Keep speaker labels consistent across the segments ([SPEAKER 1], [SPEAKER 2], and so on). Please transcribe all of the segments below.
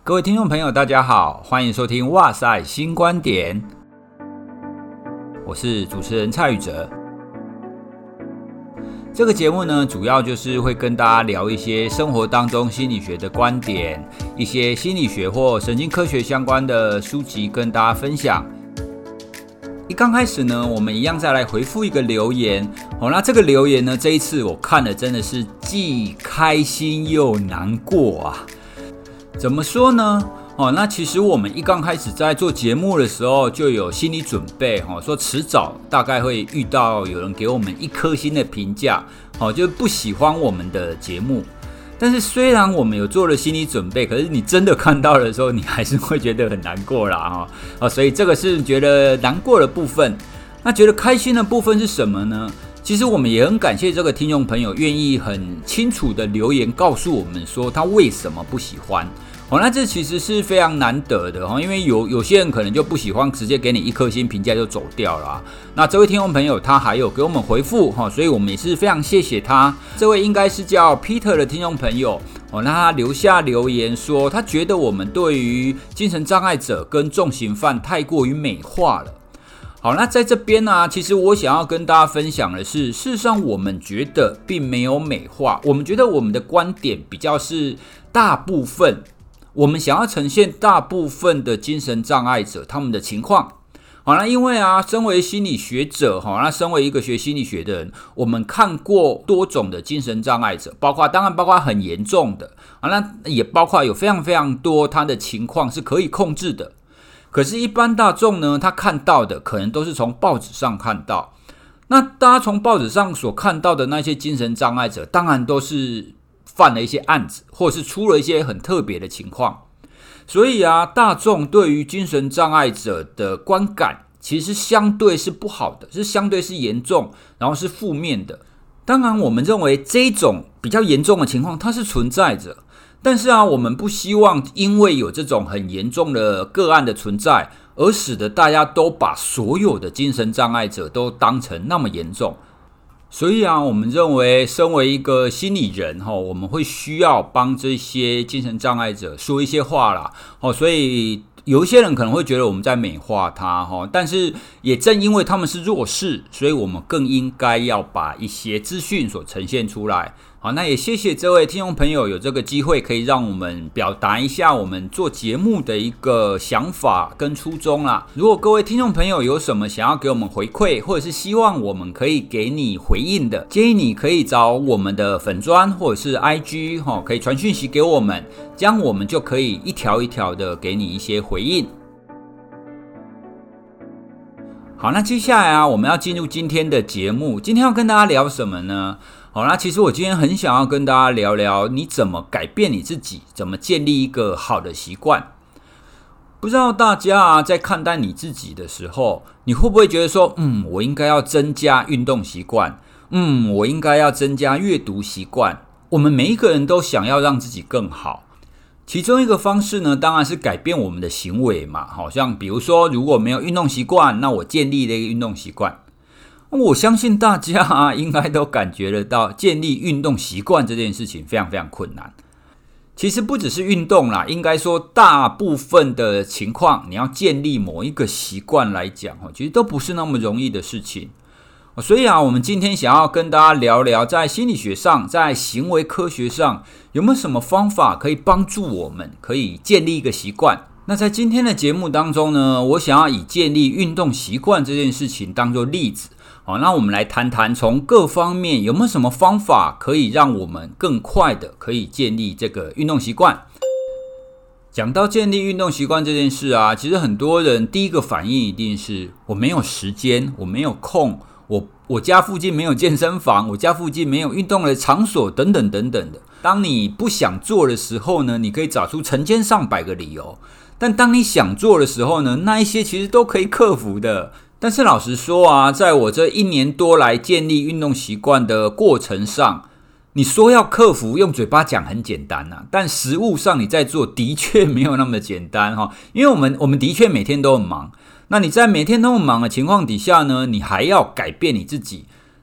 [SPEAKER 1] 各位听众朋友大家好，欢迎收听哇塞新观点，我是主持人蔡宇哲。这个节目呢，主要就是会跟大家聊一些生活当中心理学的观点，一些心理学或神经科学相关的书籍跟大家分享。刚开始呢，我们一样再来回复一个留言。那这个留言呢，这一次我看了真的是既开心又难过啊。怎么说呢？那其实我们刚开始在做节目的时候就有心理准备，说迟早大概会遇到有人给我们1颗星的评价，就不喜欢我们的节目。但是虽然我们有做了心理准备，可是你真的看到的时候，你还是会觉得很难过啦。所以这个是觉得难过的部分。那觉得开心的部分是什么呢？其实我们也很感谢这个听众朋友愿意很清楚的留言告诉我们说他为什么不喜欢。那这其实是非常难得的，因为有些人可能就不喜欢直接给你1颗星评价就走掉了。那这位听众朋友他还有给我们回复，所以我们也是非常谢谢他。这位应该是叫 Peter 的听众朋友，那他留下留言说他觉得我们对于精神障碍者跟重刑犯太过于美化了。好，那在这边呢，其实我想要跟大家分享的是，事实上我们觉得并没有美化，我们觉得我们的观点比较是大部分，我们想要呈现大部分的精神障碍者他们的情况。好，那因为身为心理学者，那身为一个学心理学的人，我们看过多种的精神障碍者，当然包括很严重的，那也包括有非常非常多他的情况是可以控制的。可是一般大众呢，他看到的可能都是从报纸上看到。那大家从报纸上所看到的那些精神障碍者，当然都是犯了一些案子，或是出了一些很特别的情况。所以大众对于精神障碍者的观感其实相对是不好的，是相对是严重，然后是负面的。当然我们认为这种比较严重的情况它是存在着，但是我们不希望因为有这种很严重的个案的存在，而使得大家都把所有的精神障碍者都当成那么严重。所以我们认为身为一个心理人，我们会需要帮这些精神障碍者说一些话啦。所以有一些人可能会觉得我们在美化他，但是也正因为他们是弱势，所以我们更应该要把一些资讯所呈现出来。好，那也谢谢这位听众朋友有这个机会可以让我们表达一下我们做节目的一个想法跟初衷啦。如果各位听众朋友有什么想要给我们回馈，或者是希望我们可以给你回应的，建议你可以找我们的粉专或者是 IG， 可以传讯息给我们，这样我们就可以一条一条的给你一些回应。好，那接下来我们要进入今天的节目。今天要跟大家聊什么呢？好，那其实我今天很想要跟大家聊聊你怎么改变你自己，怎么建立一个好的习惯。不知道大家在看待你自己的时候，你会不会觉得说，我应该要增加运动习惯，我应该要增加阅读习惯。我们每一个人都想要让自己更好。其中一个方式呢，当然是改变我们的行为嘛。好像比如说，如果没有运动习惯，那我建立了一个运动习惯。我相信大家应该都感觉得到，建立运动习惯这件事情非常非常困难。其实不只是运动啦，应该说大部分的情况，你要建立某一个习惯来讲，其实都不是那么容易的事情。所以我们今天想要跟大家聊聊，在心理学上，在行为科学上，有没有什么方法可以帮助我们可以建立一个习惯。那在今天的节目当中呢，我想要以建立运动习惯这件事情当作例子。那我们来谈谈从各方面有没有什么方法可以让我们更快的可以建立这个运动习惯。讲到建立运动习惯这件事其实很多人第一个反应一定是我没有时间，我没有空，我家附近没有健身房，我家附近没有运动的场所等等等等的。当你不想做的时候呢，你可以找出成千上百个理由，但当你想做的时候呢，那一些其实都可以克服的。但是老实说在我这1年多来建立运动习惯的过程上，你说要克服，用嘴巴讲很简单但实务上你在做的确没有那么简单因为我们的确每天都很忙。那你在每天都很忙的情况底下呢，你还要改变你自己，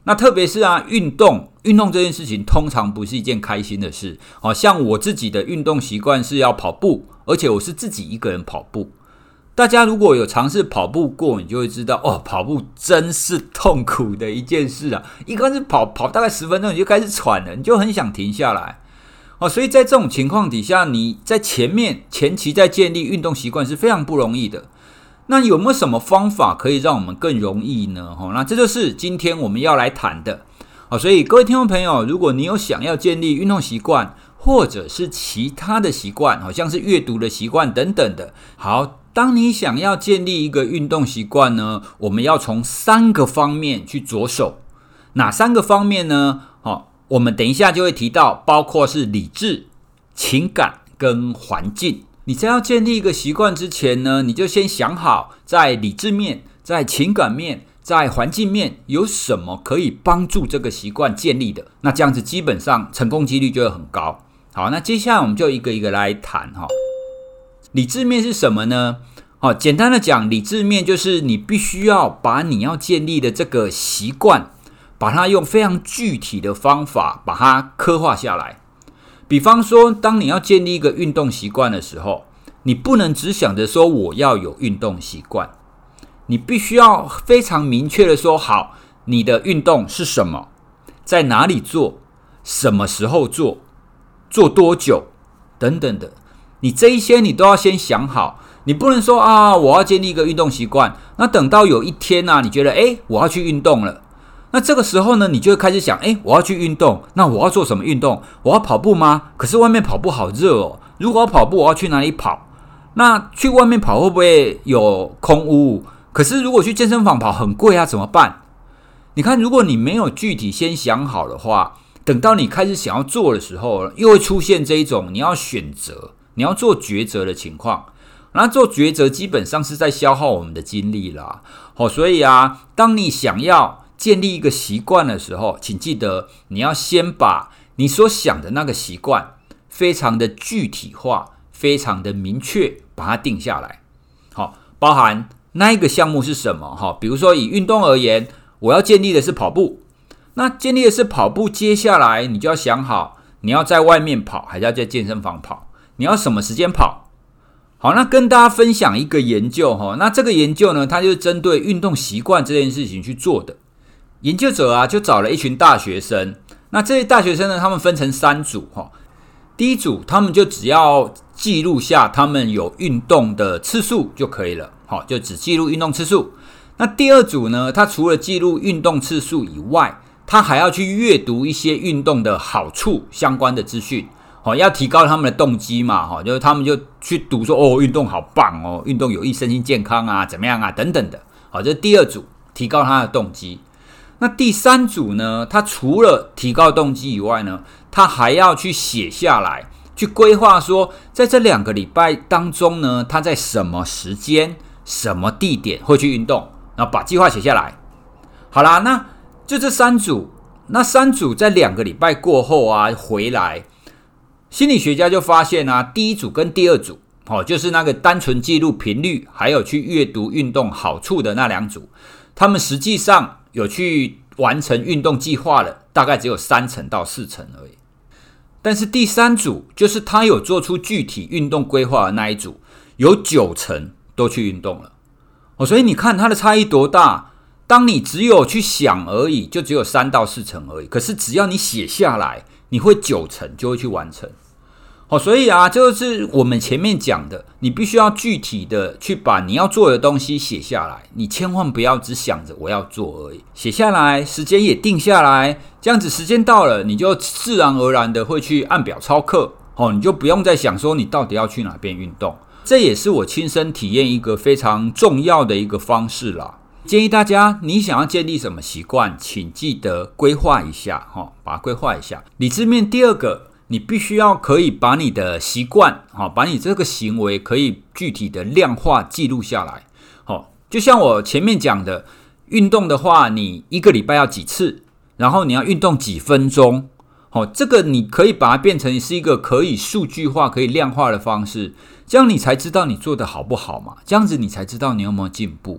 [SPEAKER 1] 那特别是运动这件事情通常不是一件开心的事。像我自己的运动习惯是要跑步，而且我是自己一个人跑步。大家如果有尝试跑步过，你就会知道跑步真是痛苦的一件事啊！一开始跑大概10分钟你就开始喘了，你就很想停下来。所以在这种情况底下，你在前期在建立运动习惯是非常不容易的。那有没有什么方法可以让我们更容易呢？那这就是今天我们要来谈的。所以各位听众朋友，如果你有想要建立运动习惯，或者是其他的习惯，好像是阅读的习惯等等的，好，当你想要建立一个运动习惯呢，我们要从3个方面去着手。哪3个方面呢？我们等一下就会提到，包括是理智、情感跟环境。你在要建立一个习惯之前呢，你就先想好在理智面、在情感面、在环境面有什么可以帮助这个习惯建立的，那这样子基本上成功几率就会很高。好，那接下来我们就一个一个来谈。理智面是什么呢？简单的讲，理智面就是你必须要把你要建立的这个习惯，把它用非常具体的方法把它刻画下来。比方说，当你要建立一个运动习惯的时候，你不能只想着说我要有运动习惯，你必须要非常明确的说好你的运动是什么，在哪里做，什么时候做，做多久等等的。你这一些你都要先想好，你不能说我要建立一个运动习惯，那等到有一天你觉得我要去运动了，那这个时候呢，你就会开始想我要去运动，那我要做什么运动？我要跑步吗？可是外面跑步好热哦，如果要跑步我要去哪里跑？那去外面跑会不会有空污？可是如果去健身房跑很贵怎么办？你看，如果你没有具体先想好的话，等到你开始想要做的时候，又会出现这一种你要选择，你要做抉择的情况。那做抉择基本上是在消耗我们的精力啦。所以当你想要建立一个习惯的时候，请记得你要先把你所想的那个习惯非常的具体化，非常的明确，把它定下来。包含那一个项目是什么？比如说以运动而言，我要建立的是跑步。那建立的是跑步，接下来你就要想好，你要在外面跑还是要在健身房跑？你要什么时间跑？好，那跟大家分享一个研究。那这个研究呢，它就是针对运动习惯这件事情去做的。研究者就找了一群大学生，那这些大学生呢，他们分成3组。第一组他们就只要记录下他们有运动的次数就可以了，就只记录运动次数。那第二组呢，他除了记录运动次数以外，他还要去阅读一些运动的好处相关的资讯，要提高他们的动机嘛，就是他们就去读说运动好棒哦，运动有益身心健康怎么样等等的。这是第二组，提高他的动机。那第3组呢，他除了提高动机以外呢，他还要去写下来，去规划说在这2个礼拜当中呢，他在什么时间、什么地点会去运动，然后把计划写下来。好啦，那就这3组，那3组在2个礼拜过后回来，心理学家就发现第一组跟第2组，就是那个单纯记录频率还有去阅读运动好处的那2组，他们实际上有去完成运动计划了，大概只有3%到4%而已。但是第3组，就是他有做出具体运动规划的那一组，有90%都去运动了。所以你看它的差异多大？当你只有去想而已，就只有3到4%而已。可是只要你写下来，你会90%就会去完成。所以就是我们前面讲的，你必须要具体的去把你要做的东西写下来，你千万不要只想着我要做而已，写下来，时间也定下来，这样子时间到了，你就自然而然的会去按表操课，你就不用再想说你到底要去哪边运动。这也是我亲身体验一个非常重要的一个方式啦。建议大家，你想要建立什么习惯，请记得规划一下，把它规划一下。理智面第2个，你必须要可以把你的习惯，把你这个行为可以具体的量化记录下来。就像我前面讲的，运动的话，你1个礼拜要几次，然后你要运动几分钟，这个你可以把它变成是一个可以数据化、可以量化的方式，这样你才知道你做的好不好嘛，这样子你才知道你有没有进步。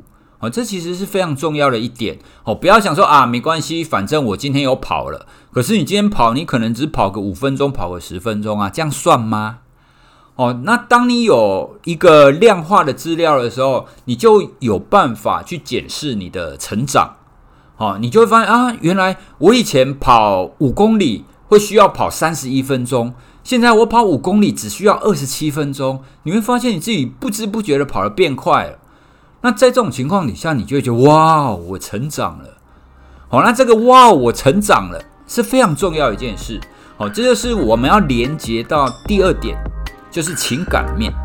[SPEAKER 1] 这其实是非常重要的一点。不要想说啊，没关系，反正我今天有跑了。可是你今天跑，你可能只跑个5分钟，跑个10分钟啊，这样算吗？那当你有一个量化的资料的时候，你就有办法去检视你的成长。你就会发现啊，原来我以前跑5公里会需要跑31分钟，现在我跑5公里只需要27分钟。你会发现你自己不知不觉的跑得变快了。那在这种情况底下，你就会觉得哇，我成长了。那这个哇，我成长了是非常重要的一件事。这就是我们要连接到第二点，就是情感面。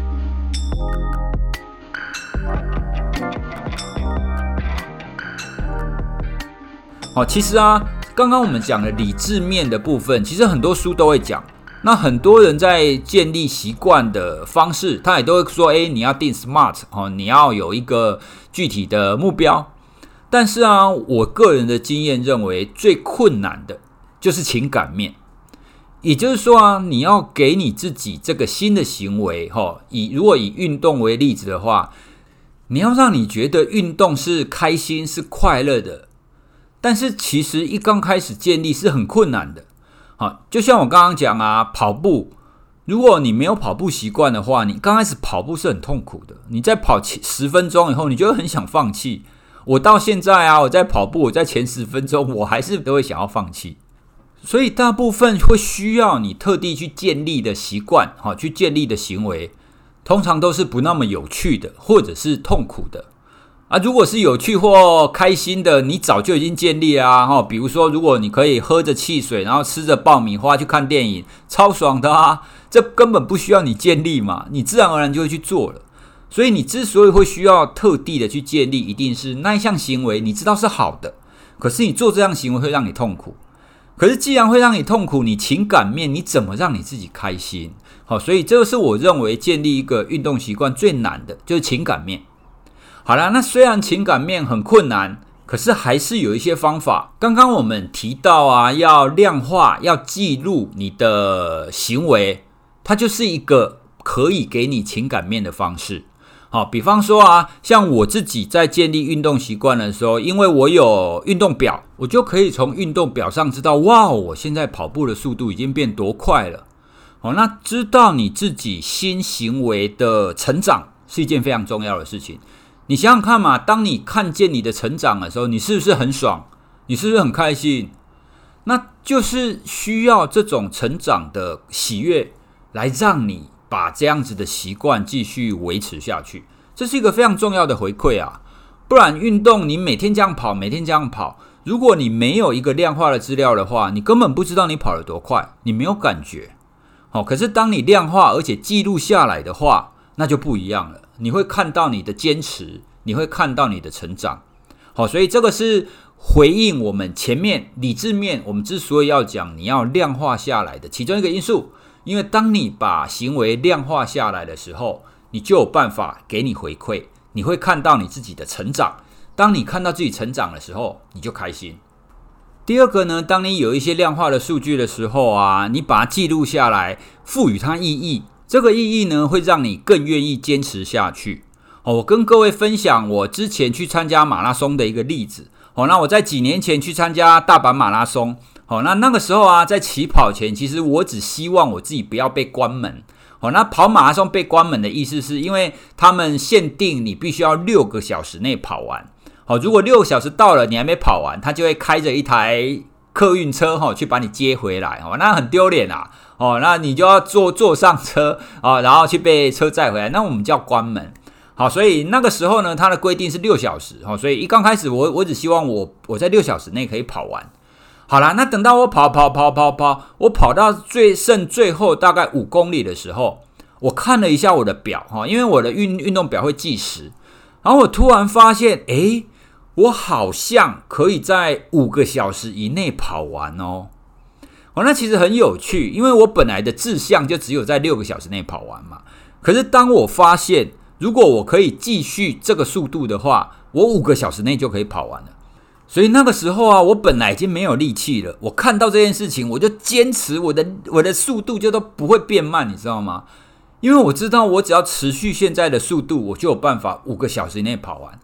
[SPEAKER 1] 其实啊，刚刚我们讲的理智面的部分，其实很多书都会讲。那很多人在建立习惯的方式，他也都会说，你要定 SMART，你要有一个具体的目标。但是啊，我个人的经验认为，最困难的就是情感面。也就是说啊，你要给你自己这个新的行为，如果以运动为例子的话，你要让你觉得运动是开心、是快乐的。但是其实一刚开始建立是很困难的。就像我刚刚讲啊，跑步，如果你没有跑步习惯的话，你刚开始跑步是很痛苦的。你在跑10分钟以后，你就会很想放弃。我到现在啊，我在跑步，我在前10分钟，我还是都会想要放弃。所以大部分会需要你特地去建立的习惯，去建立的行为，通常都是不那么有趣的，或者是痛苦的。如果是有趣或开心的，你早就已经建立啊。比如说，如果你可以喝着汽水，然后吃着爆米花去看电影，超爽的啊！这根本不需要你建立嘛，你自然而然就会去做了。所以你之所以会需要特地的去建立，一定是那一项行为你知道是好的，可是你做这项行为会让你痛苦。可是既然会让你痛苦，你情感面你怎么让你自己开心？所以这个是我认为建立一个运动习惯最难的，就是情感面。好啦，那虽然情感面很困难，可是还是有一些方法。刚刚我们提到啊，要量化，要记录你的行为，它就是一个可以给你情感面的方式。比方说啊，像我自己在建立运动习惯的时候，因为我有运动表，我就可以从运动表上知道，哇，我现在跑步的速度已经变多快了。那知道你自己新行为的成长是一件非常重要的事情。你想想看嘛，当你看见你的成长的时候，你是不是很爽？你是不是很开心？那就是需要这种成长的喜悦来让你把这样子的习惯继续维持下去，这是一个非常重要的回馈啊！不然运动你每天这样跑，每天这样跑，如果你没有一个量化的资料的话，你根本不知道你跑得多快，你没有感觉。可是当你量化而且记录下来的话，那就不一样了。你会看到你的坚持，你会看到你的成长。所以这个是回应我们前面理智面，我们之所以要讲你要量化下来的其中一个因素。因为当你把行为量化下来的时候，你就有办法给你回馈，你会看到你自己的成长。当你看到自己成长的时候，你就开心。第二个呢，当你有一些量化的数据的时候啊，你把它记录下来，赋予它意义，这个意义呢，会让你更愿意坚持下去。我跟各位分享我之前去参加马拉松的一个例子。那我在几年前去参加大阪马拉松。那个时候啊，在起跑前，其实我只希望我自己不要被关门。那跑马拉松被关门的意思是因为他们限定你必须要6个小时内跑完。如果6个小时到了你还没跑完，他就会开着一台客运车去把你接回来。那很丢脸啊。那你就要坐上车然后去被车载回来，那我们叫关门。所以那个时候呢，它的规定是6小时。所以一刚开始我只希望我在6小时内可以跑完。好啦，那等到我跑，我跑到最后大概5公里的时候，我看了一下我的表，因为我的运动表会计时，然后我突然发现，我好像可以在5个小时以内跑完哦。那其实很有趣，因为我本来的志向就只有在6个小时内跑完嘛。可是当我发现，如果我可以继续这个速度的话，我5个小时内就可以跑完了。所以那个时候啊，我本来已经没有力气了。我看到这件事情，我就坚持我的速度就都不会变慢，你知道吗？因为我知道我只要持续现在的速度，我就有办法5个小时以内跑完。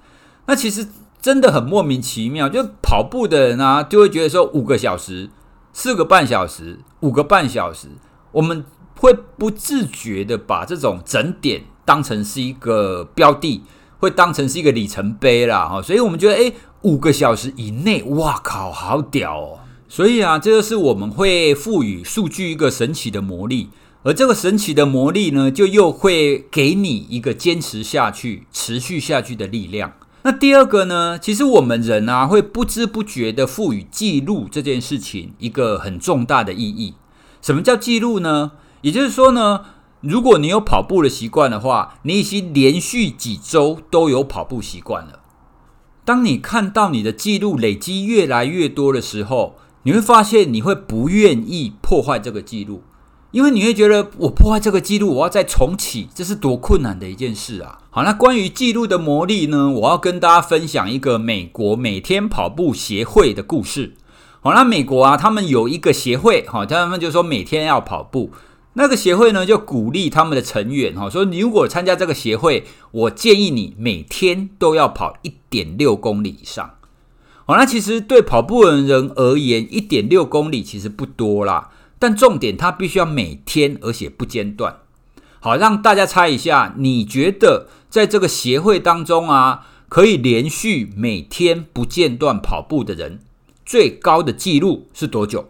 [SPEAKER 1] 那其实真的很莫名其妙，就跑步的人啊，就会觉得说5个小时、4个半小时、5个半小时，我们会不自觉的把这种整点当成是一个标的，会当成是一个里程碑啦，所以我们觉得5个小时以内，哇靠，好屌哦！所以啊，这就是我们会赋予数据一个神奇的魔力，而这个神奇的魔力呢，就又会给你一个坚持下去、持续下去的力量。那第二个呢，其实我们人啊，会不知不觉的赋予记录这件事情一个很重大的意义。什么叫记录呢？也就是说呢，如果你有跑步的习惯的话，你已经连续几周都有跑步习惯了。当你看到你的记录累积越来越多的时候，你会发现你会不愿意破坏这个记录，因为你会觉得我破坏这个记录，我要再重启，这是多困难的一件事啊！好，那关于记录的魔力呢，我要跟大家分享一个美国每天跑步协会的故事。好，那美国啊，他们有一个协会，他们就说每天要跑步。那个协会呢，就鼓励他们的成员说，你如果参加这个协会，我建议你每天都要跑 1.6 公里以上。那其实对跑步的人而言 1.6 公里其实不多啦，但重点它必须要每天而且不间断。好，让大家猜一下，你觉得在这个协会当中啊，可以连续每天不间断跑步的人，最高的记录是多久？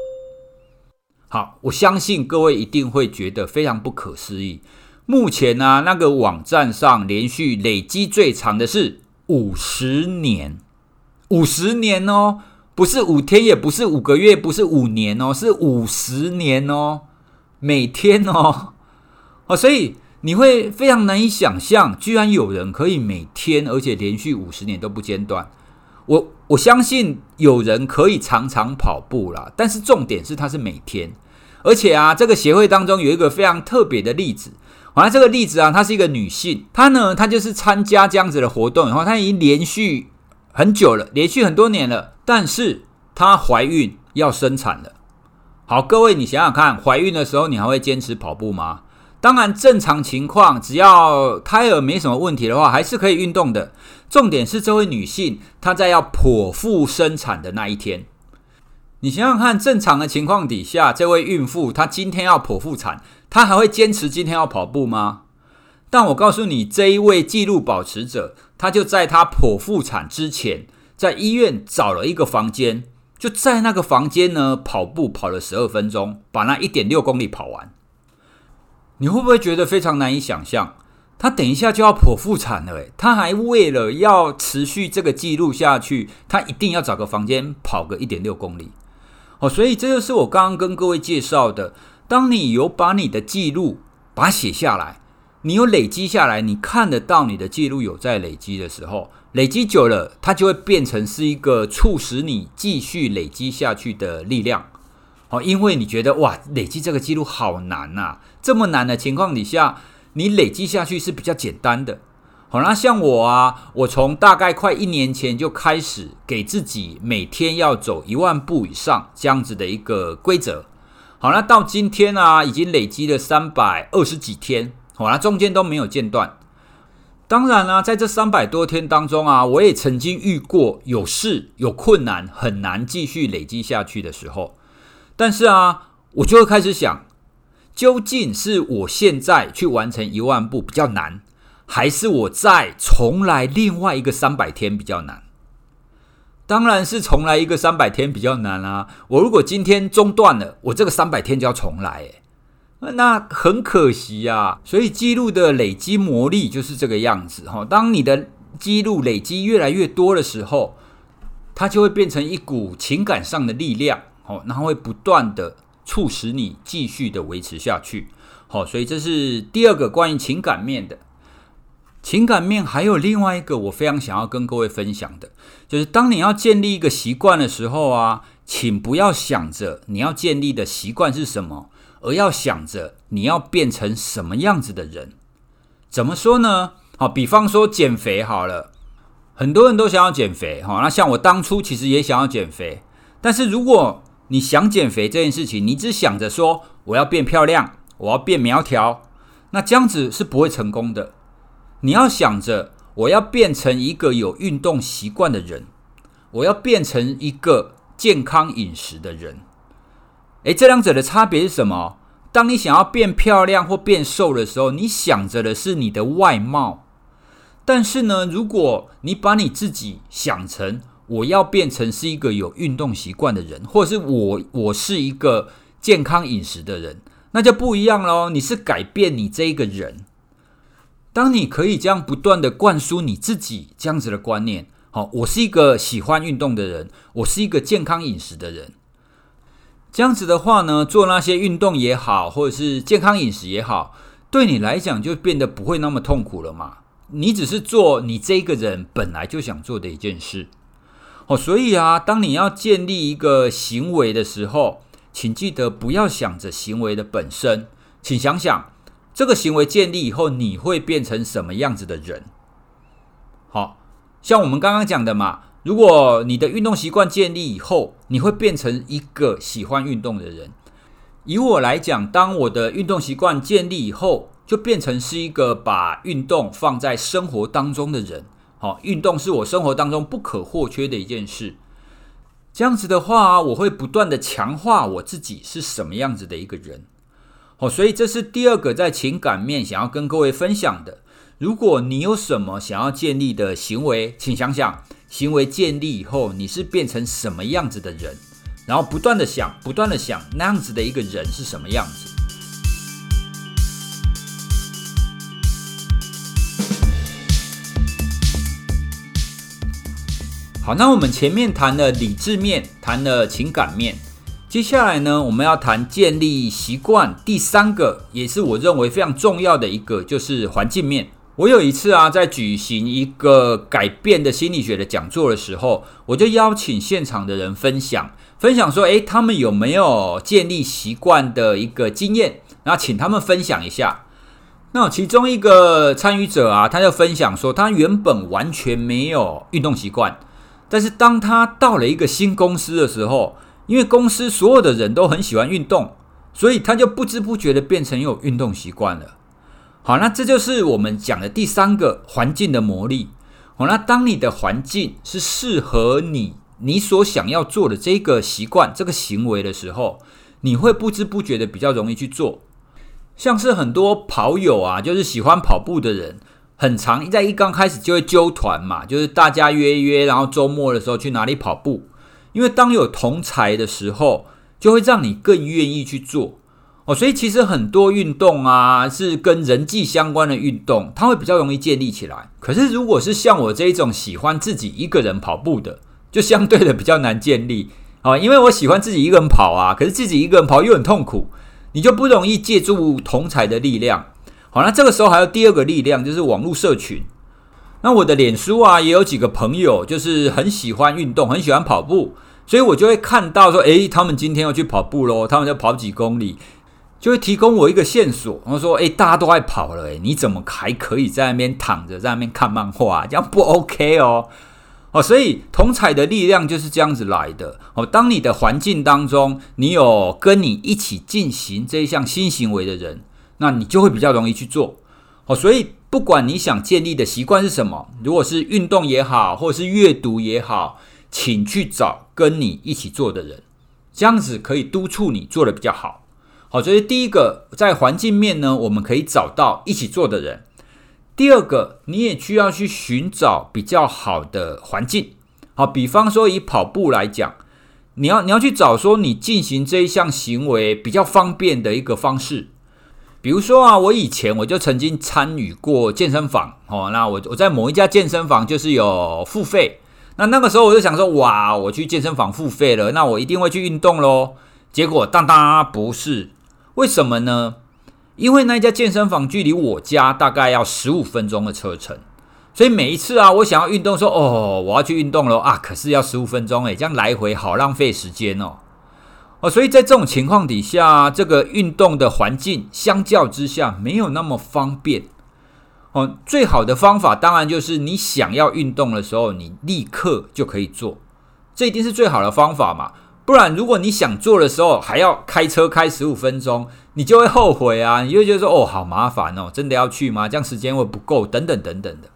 [SPEAKER 1] 好，我相信各位一定会觉得非常不可思议。目前啊，那个网站上连续累积最长的是50年。50年哦，不是5天，也不是5个月，不是5年哦，是50年哦，每天哦。所以你会非常难以想象，居然有人可以每天而且连续50年都不间断。我相信有人可以常常跑步啦，但是重点是他是每天。而且啊，这个协会当中有一个非常特别的例子。那这个例子啊，她是一个女性，她就是参加这样子的活动以后，她已经连续很久了，连续很多年了，但是她怀孕要生产了。好，各位你想想看，怀孕的时候你还会坚持跑步吗？当然正常情况，只要胎儿没什么问题的话，还是可以运动的。重点是这位女性她在要剖腹生产的那一天，你想想看，正常的情况底下，这位孕妇她今天要剖腹产，她还会坚持今天要跑步吗？但我告诉你，这一位纪录保持者，她就在她剖腹产之前，在医院找了一个房间，就在那个房间呢跑步跑了12分钟，把那 1.6 公里跑完。你会不会觉得非常难以想象？他等一下就要剖腹产了，他还为了要持续这个记录下去，他一定要找个房间跑个 1.6 公里。所以这就是我刚刚跟各位介绍的，当你有把你的记录把它写下来，你有累积下来，你看得到你的记录有在累积的时候，累积久了，它就会变成是一个促使你继续累积下去的力量。因为你觉得哇，累积这个记录好难啊，这么难的情况底下，你累积下去是比较简单的。好，那像我啊，我从大概快1年前就开始给自己每天要走1万步以上这样子的一个规则。好，那到今天啊，已经累积了320几天，好，那中间都没有间断。当然啊，在这300多天当中啊，我也曾经遇过有事有困难，很难继续累积下去的时候。但是啊，我就会开始想，究竟是我现在去完成1万步比较难，还是我再重来另外一个300天比较难？当然是重来一个300天比较难啊！我如果今天中断了，我这个300天就要重来，那很可惜啊。所以记录的累积魔力就是这个样子。当你的记录累积越来越多的时候，它就会变成一股情感上的力量，然后会不断的促使你继续的维持下去。所以这是第二个关于情感面的。情感面还有另外一个我非常想要跟各位分享的，就是当你要建立一个习惯的时候啊，请不要想着你要建立的习惯是什么，而要想着你要变成什么样子的人。怎么说呢？比方说减肥好了，很多人都想要减肥，那像我当初其实也想要减肥，但是如果你想减肥这件事情，你只想着说我要变漂亮，我要变苗条，那这样子是不会成功的。你要想着我要变成一个有运动习惯的人，我要变成一个健康饮食的人。这两者的差别是什么？当你想要变漂亮或变瘦的时候，你想着的是你的外貌。但是呢，如果你把你自己想成我要变成是一个有运动习惯的人，或者是我是一个健康饮食的人，那就不一样咯。你是改变你这一个人。当你可以这样不断的灌输你自己这样子的观念，我是一个喜欢运动的人，我是一个健康饮食的人，这样子的话呢，做那些运动也好，或者是健康饮食也好，对你来讲就变得不会那么痛苦了嘛。你只是做你这个人本来就想做的一件事。所以啊，当你要建立一个行为的时候，请记得不要想着行为的本身，请想想这个行为建立以后你会变成什么样子的人。好，像我们刚刚讲的嘛，如果你的运动习惯建立以后，你会变成一个喜欢运动的人。以我来讲，当我的运动习惯建立以后，就变成是一个把运动放在生活当中的人。运动是我生活当中不可或缺的一件事。这样子的话，我会不断的强化我自己是什么样子的一个人。所以这是第二个在情感面想要跟各位分享的。如果你有什么想要建立的行为，请想想行为建立以后你是变成什么样子的人，然后不断的想那样子的一个人是什么样子。好，那我们前面谈了理智面，谈了情感面，接下来呢，我们要谈建立习惯。第三个也是我认为非常重要的一个，就是环境面。我有一次啊，在举行一个改变的心理学的讲座的时候，我就邀请现场的人分享说，他们有没有建立习惯的一个经验，然后请他们分享一下。那其中一个参与者啊，他就分享说，他原本完全没有运动习惯，但是当他到了一个新公司的时候，因为公司所有的人都很喜欢运动，所以他就不知不觉的变成有运动习惯了。好，那这就是我们讲的第三个环境的魔力。好，那当你的环境是适合你所想要做的这个习惯、这个行为的时候，你会不知不觉的比较容易去做。像是很多跑友啊，就是喜欢跑步的人，很常在一刚开始就会揪团嘛，就是大家约，然后周末的时候去哪里跑步。因为当有同侪的时候，就会让你更愿意去做。所以其实很多运动啊，是跟人际相关的运动，它会比较容易建立起来。可是如果是像我这一种喜欢自己一个人跑步的，就相对的比较难建立。因为我喜欢自己一个人跑啊，可是自己一个人跑又很痛苦，你就不容易借助同侪的力量。好，那这个时候还有第二个力量，就是网络社群。那我的脸书啊，也有几个朋友就是很喜欢运动，很喜欢跑步，所以我就会看到说，他们今天要去跑步咯，他们就跑几公里，就会提供我一个线索，然后说，大家都在跑了，你怎么还可以在那边躺着，在那边看漫画，这样不 OK 哦。所以同侪的力量就是这样子来的。当你的环境当中，你有跟你一起进行这一项新行为的人，那你就会比较容易去做。所以不管你想建立的习惯是什么，如果是运动也好，或者是阅读也好，请去找跟你一起做的人，这样子可以督促你做得比较好。好，所以第一个，在环境面呢，我们可以找到一起做的人。第二个，你也需要去寻找比较好的环境。好，比方说以跑步来讲，你要去找说你进行这一项行为比较方便的一个方式。比如说啊，我以前就曾经参与过健身房。那我在某一家健身房就是有付费。那个时候我就想说，哇，我去健身房付费了，那我一定会去运动咯。结果当不是。为什么呢？因为那家健身房距离我家大概要15分钟的车程，所以每一次啊，我想要运动说，我要去运动了啊，可是要15分钟，这样来回好浪费时间哦。所以在这种情况底下，这个运动的环境相较之下没有那么方便。最好的方法当然就是你想要运动的时候，你立刻就可以做，这一定是最好的方法嘛。不然如果你想做的时候还要开车开15分钟，你就会后悔啊，你就会觉得说，好麻烦哦，真的要去吗？这样时间会不够，等等等等的。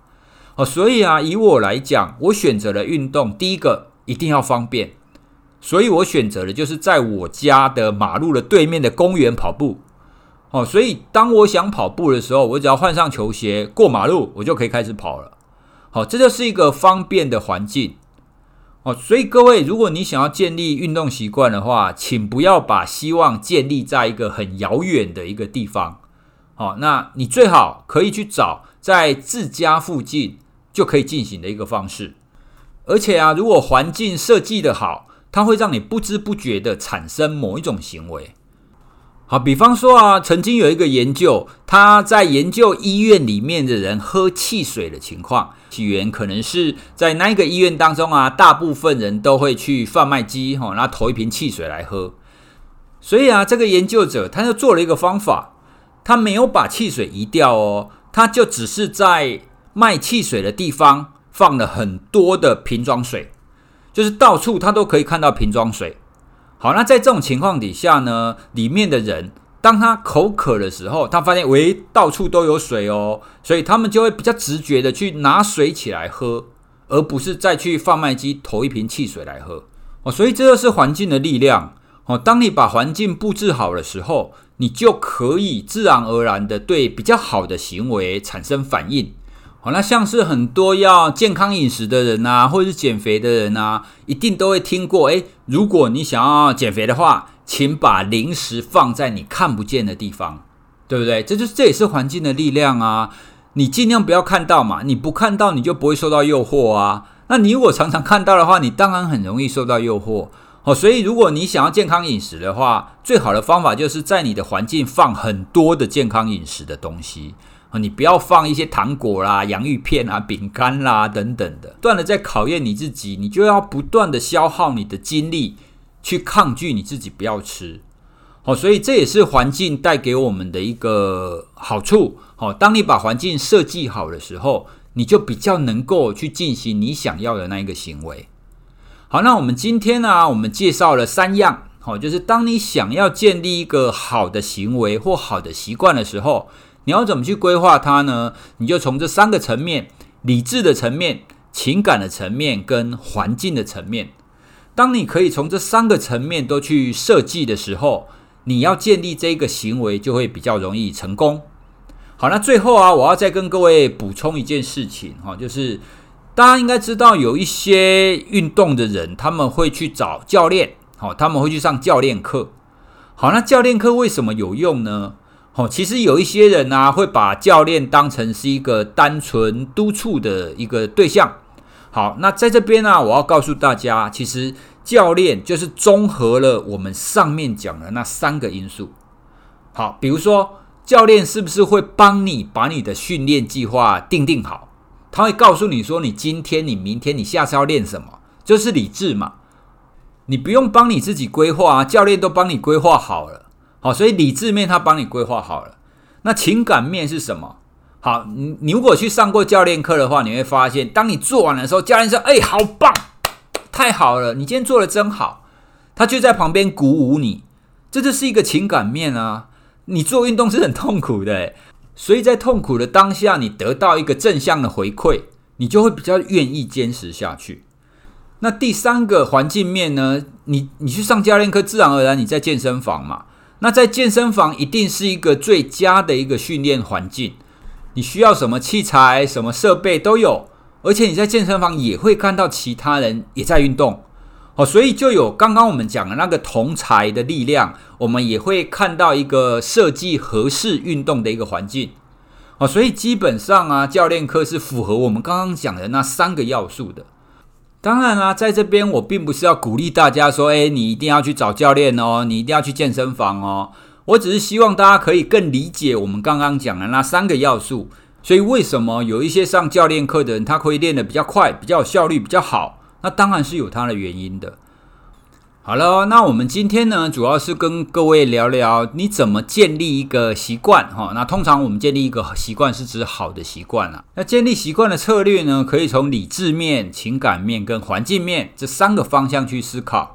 [SPEAKER 1] 所以啊，以我来讲，我选择了运动，第一个一定要方便，所以我选择的就是在我家的马路的对面的公园跑步。所以当我想跑步的时候，我只要换上球鞋，过马路，我就可以开始跑了。这就是一个方便的环境。所以各位，如果你想要建立运动习惯的话，请不要把希望建立在一个很遥远的一个地方。那你最好可以去找在自家附近就可以进行的一个方式。而且啊，如果环境设计的好，它会让你不知不觉的产生某一种行为。好，比方说啊，曾经有一个研究，他在研究医院里面的人喝汽水的情况，起源可能是在那一个医院当中啊，大部分人都会去贩卖机，然后投一瓶汽水来喝。所以啊，这个研究者他就做了一个方法，他没有把汽水移掉哦，他就只是在卖汽水的地方放了很多的瓶装水，就是到处他都可以看到瓶装水。好，那在这种情况底下呢，里面的人当他口渴的时候，他发现到处都有水哦，所以他们就会比较直觉的去拿水起来喝，而不是再去贩卖机投一瓶汽水来喝。所以这就是环境的力量。当你把环境布置好的时候，你就可以自然而然的对比较好的行为产生反应。那像是很多要健康饮食的人啊，或者是减肥的人啊，一定都会听过，如果你想要减肥的话，请把零食放在你看不见的地方，对不对？这也是环境的力量啊。你尽量不要看到嘛，你不看到你就不会受到诱惑啊。那你如果常常看到的话，你当然很容易受到诱惑。所以如果你想要健康饮食的话，最好的方法就是在你的环境放很多的健康饮食的东西。你不要放一些糖果啦、洋芋片啊、饼干啦等等的，不断的在考验你自己，你就要不断的消耗你的精力去抗拒你自己不要吃。所以这也是环境带给我们的一个好处。当你把环境设计好的时候，你就比较能够去进行你想要的那一个行为。好，那我们今天呢，我们介绍了3样，就是当你想要建立一个好的行为或好的习惯的时候，你要怎么去规划它呢？你就从这3个层面，理智的层面、情感的层面跟环境的层面。当你可以从这3个层面都去设计的时候，你要建立这个行为就会比较容易成功。好，那最后啊，我要再跟各位补充一件事情，就是大家应该知道有一些运动的人，他们会去找教练，他们会去上教练课。好，那教练课为什么有用呢？其实有一些人啊，会把教练当成是一个单纯督促的一个对象。好，那在这边啊，我要告诉大家，其实教练就是综合了我们上面讲的那3个因素。好，比如说教练是不是会帮你把你的训练计划定好？他会告诉你说，你今天、你明天、你下次要练什么，就是理智嘛。你不用帮你自己规划啊，教练都帮你规划好了。好，所以理智面他帮你规划好了。那情感面是什么？好，你如果去上过教练课的话，你会发现，当你做完的时候，教练说：“好棒，太好了，你今天做得真好。”他就在旁边鼓舞你，这就是一个情感面啊。你做运动是很痛苦的，所以在痛苦的当下，你得到一个正向的回馈，你就会比较愿意坚持下去。那第3个环境面呢？你去上教练课，自然而然你在健身房嘛。那在健身房一定是一个最佳的一个训练环境，你需要什么器材、什么设备都有，而且你在健身房也会看到其他人也在运动。所以就有刚刚我们讲的那个同侪的力量，我们也会看到一个设计合适运动的一个环境。所以基本上啊，教练课是符合我们刚刚讲的那3个要素的。当然啊，在这边我并不是要鼓励大家说，你一定要去找教练哦，你一定要去健身房哦。我只是希望大家可以更理解我们刚刚讲的那3个要素。所以为什么有一些上教练课的人，他可以练得比较快、比较有效率、比较好？那当然是有他的原因的。好了，那我们今天呢，主要是跟各位聊聊你怎么建立一个习惯。那通常我们建立一个习惯是指好的习惯啊。那建立习惯的策略呢，可以从理智面、情感面跟环境面这3个方向去思考。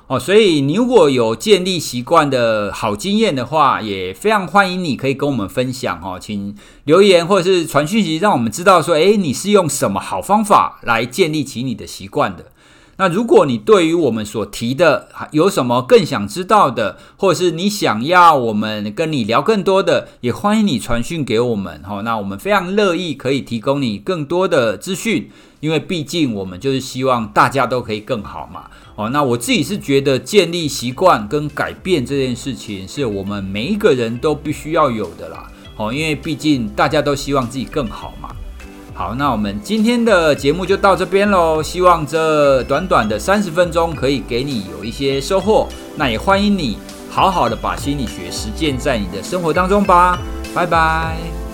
[SPEAKER 1] 所以你如果有建立习惯的好经验的话，也非常欢迎你可以跟我们分享请留言或者是传讯息，让我们知道说，你是用什么好方法来建立起你的习惯的。那如果你对于我们所提的有什么更想知道的，或者是你想要我们跟你聊更多的，也欢迎你传讯给我们那我们非常乐意可以提供你更多的资讯，因为毕竟我们就是希望大家都可以更好嘛。那我自己是觉得建立习惯跟改变这件事情是我们每一个人都必须要有的啦，因为毕竟大家都希望自己更好嘛。好，那我们今天的节目就到这边咯，希望这短短的30分钟可以给你有一些收获，那也欢迎你好好的把心理学实践在你的生活当中吧，拜拜。